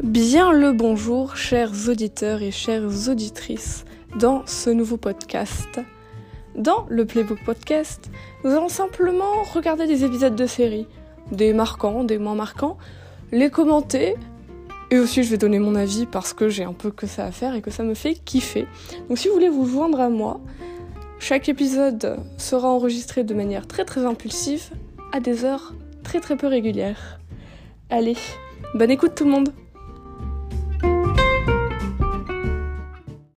Bien le bonjour, chers auditeurs et chères auditrices, dans ce nouveau podcast. Dans le Playbook Podcast, nous allons simplement regarder des épisodes de séries, des marquants, des moins marquants, les commenter, et aussi je vais donner mon avis parce que j'ai un peu que ça à faire et que ça me fait kiffer. Donc si vous voulez vous joindre à moi, chaque épisode sera enregistré de manière très très impulsive, à des heures très très peu régulières. Allez, bonne écoute tout le monde!